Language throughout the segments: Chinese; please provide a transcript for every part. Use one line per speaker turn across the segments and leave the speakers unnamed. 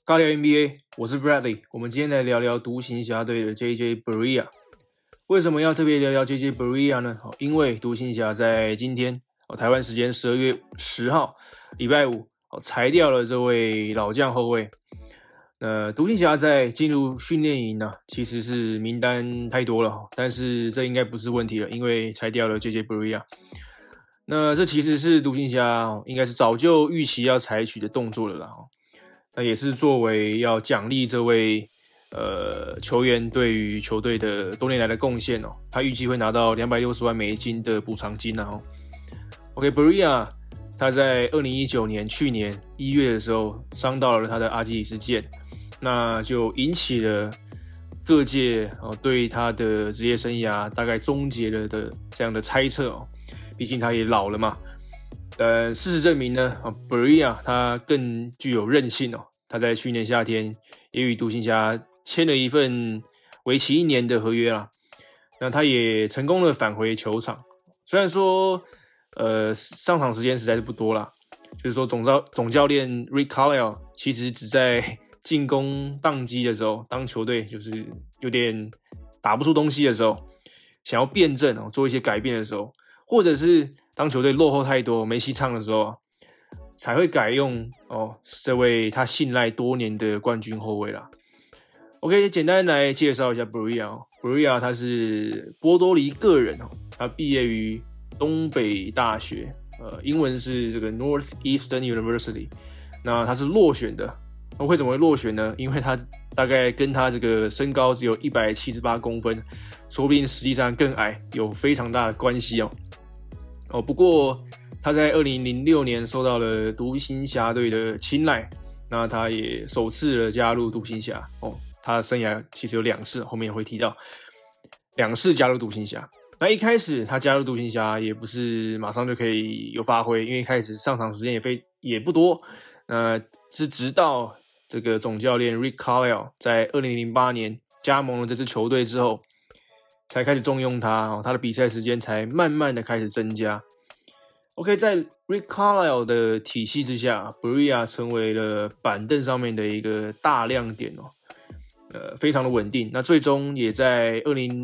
尬聊 NBA， 我是 Bradley， 我们今天来聊聊独行侠队的 JJ Barea。为什么要特别聊聊 JJ Barea 呢？因为独行侠在今天台湾时间12月10号礼拜五裁掉了这位老将后卫。独行侠在进入训练营呢，其实是名单太多了，但是这应该不是问题了，因为裁掉了 JJ Barea。那这其实是独行侠应该是早就预期要采取的动作了啦。那也是作为要奖励这位球员对于球队的多年来的贡献哦，他预计会拿到$260万的补偿金啊。Barea 他在2019年去年1月的时候伤到了他的阿基里斯腱，那就引起了各界对他的职业生涯大概终结了的这样的猜测哦，毕竟他也老了嘛。事实证明呢，Barea 他更具有韧性哦。他在去年夏天也与独行侠签了一份为期1年的合约啦。那他也成功的返回球场，虽然说上场时间实在是不多啦，就是说总教练 Rick Carlisle 其实只在进攻宕机的时候，当球队就是有点打不出东西的时候，想要辩证做一些改变的时候，或者是当球队落后太多没戏唱的时候，才会改用这位他信赖多年的冠军后卫啦。OK， 简单来介绍一下 Barea。Barea 他是波多黎各人他毕业于东北大学，英文是这个 Northeastern University。那他是落选的。为什么会落选呢？因为他大概跟他这个身高只有178公分，说不定实际上更矮，有非常大的关系不过他在2006年受到了独行侠队的青睐，那他也首次的加入独行侠他的生涯其实有2次，后面也会提到2次加入独行侠。那一开始他加入独行侠也不是马上就可以有发挥，因为一开始上场时间也不多，是直到这个总教练 Rick Carlisle 在2008年加盟了这支球队之后，才开始重用他，他的比赛时间才慢慢的开始增加。在 Rick Carlisle 的体系之下 Barea 成为了板凳上面的一个大亮点非常的稳定。那最终也在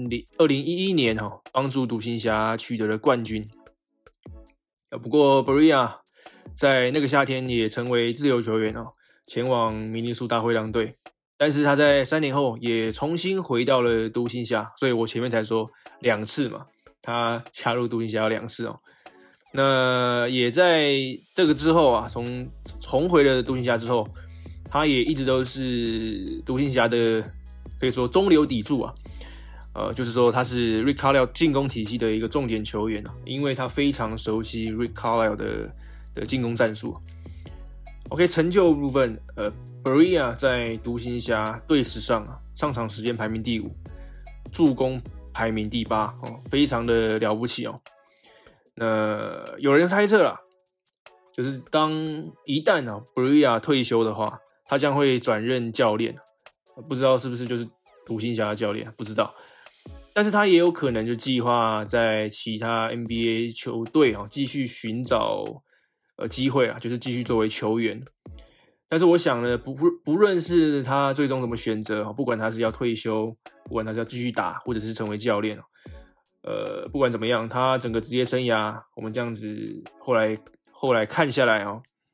2011年帮助独行侠取得了冠军。不过 Barea 在那个夏天也成为自由球员前往明尼苏达灰狼队，但是他在3年后也重新回到了独行侠，所以我前面才说2次嘛，他加入独行侠2次那也在这个之后从重回了独行侠之后，他也一直都是独行侠的可以说中流砥柱就是说他是 Rick Carlisle 进攻体系的一个重点球员因为他非常熟悉 Rick Carlisle 的进攻战术。成就部分Barea 在独行侠队史上上场时间排名第5，助攻排名第8非常的了不起那有人猜测啦，就是一旦Barea 退休的话，他将会转任教练，不知道是不是就是独行侠的教练，不知道。但是他也有可能就计划在其他 NBA 球队继续寻找机会就是继续作为球员。但是我想呢，不论是他最终怎么选择，不管他是要退休，不管他是要继续打，或者是成为教练不管怎么样，他整个职业生涯，我们这样子后来看下来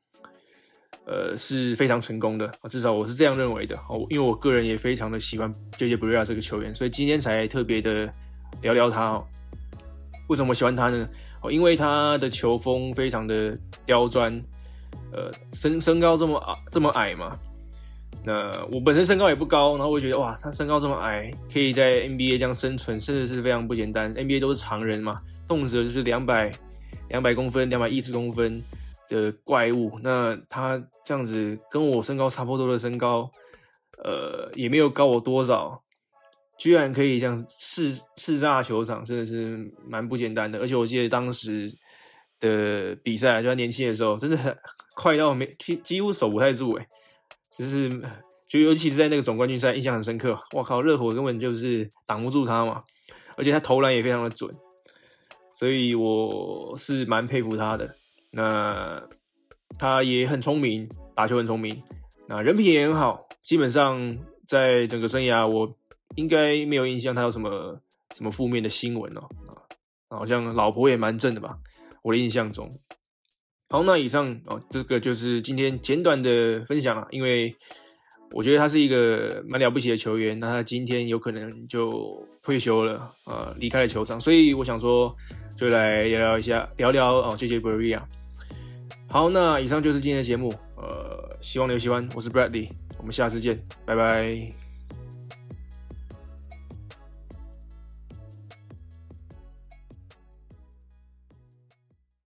是非常成功的，至少我是这样认为的因为我个人也非常的喜欢 JJ Barea 这个球员，所以今天才特别的聊聊他为什么我喜欢他呢？因为他的球风非常的刁钻，身高这么矮嘛，那我本身身高也不高，然后我觉得哇，他身高这么矮，可以在 NBA 这样生存，真的是非常不简单。NBA 都是常人嘛，动辄就是200公分、210公分的怪物。那他这样子跟我身高差不多的身高，也没有高我多少，居然可以这样叱咤球场，真的是蛮不简单的。而且我记得当时的比赛，就他年轻的时候，真的很快到几乎守不太住就尤其是在那个总冠军赛印象很深刻，哇靠，热火根本就是挡不住他嘛，而且他投篮也非常的准，所以我是蛮佩服他的。那他也很聪明，打球很聪明， 那人品也很好，基本上在整个生涯我应该没有印象他有什么负面的新闻哦，好像老婆也蛮正的吧，我的印象中。好，那以上这个就是今天简短的分享啦，因为我觉得他是一个蛮了不起的球员，那他今天有可能就退休了，离开了球场，所以我想说就来聊聊JJ Barea。好，那以上就是今天的节目，希望你有喜欢，我是 Bradley， 我们下次见，拜拜。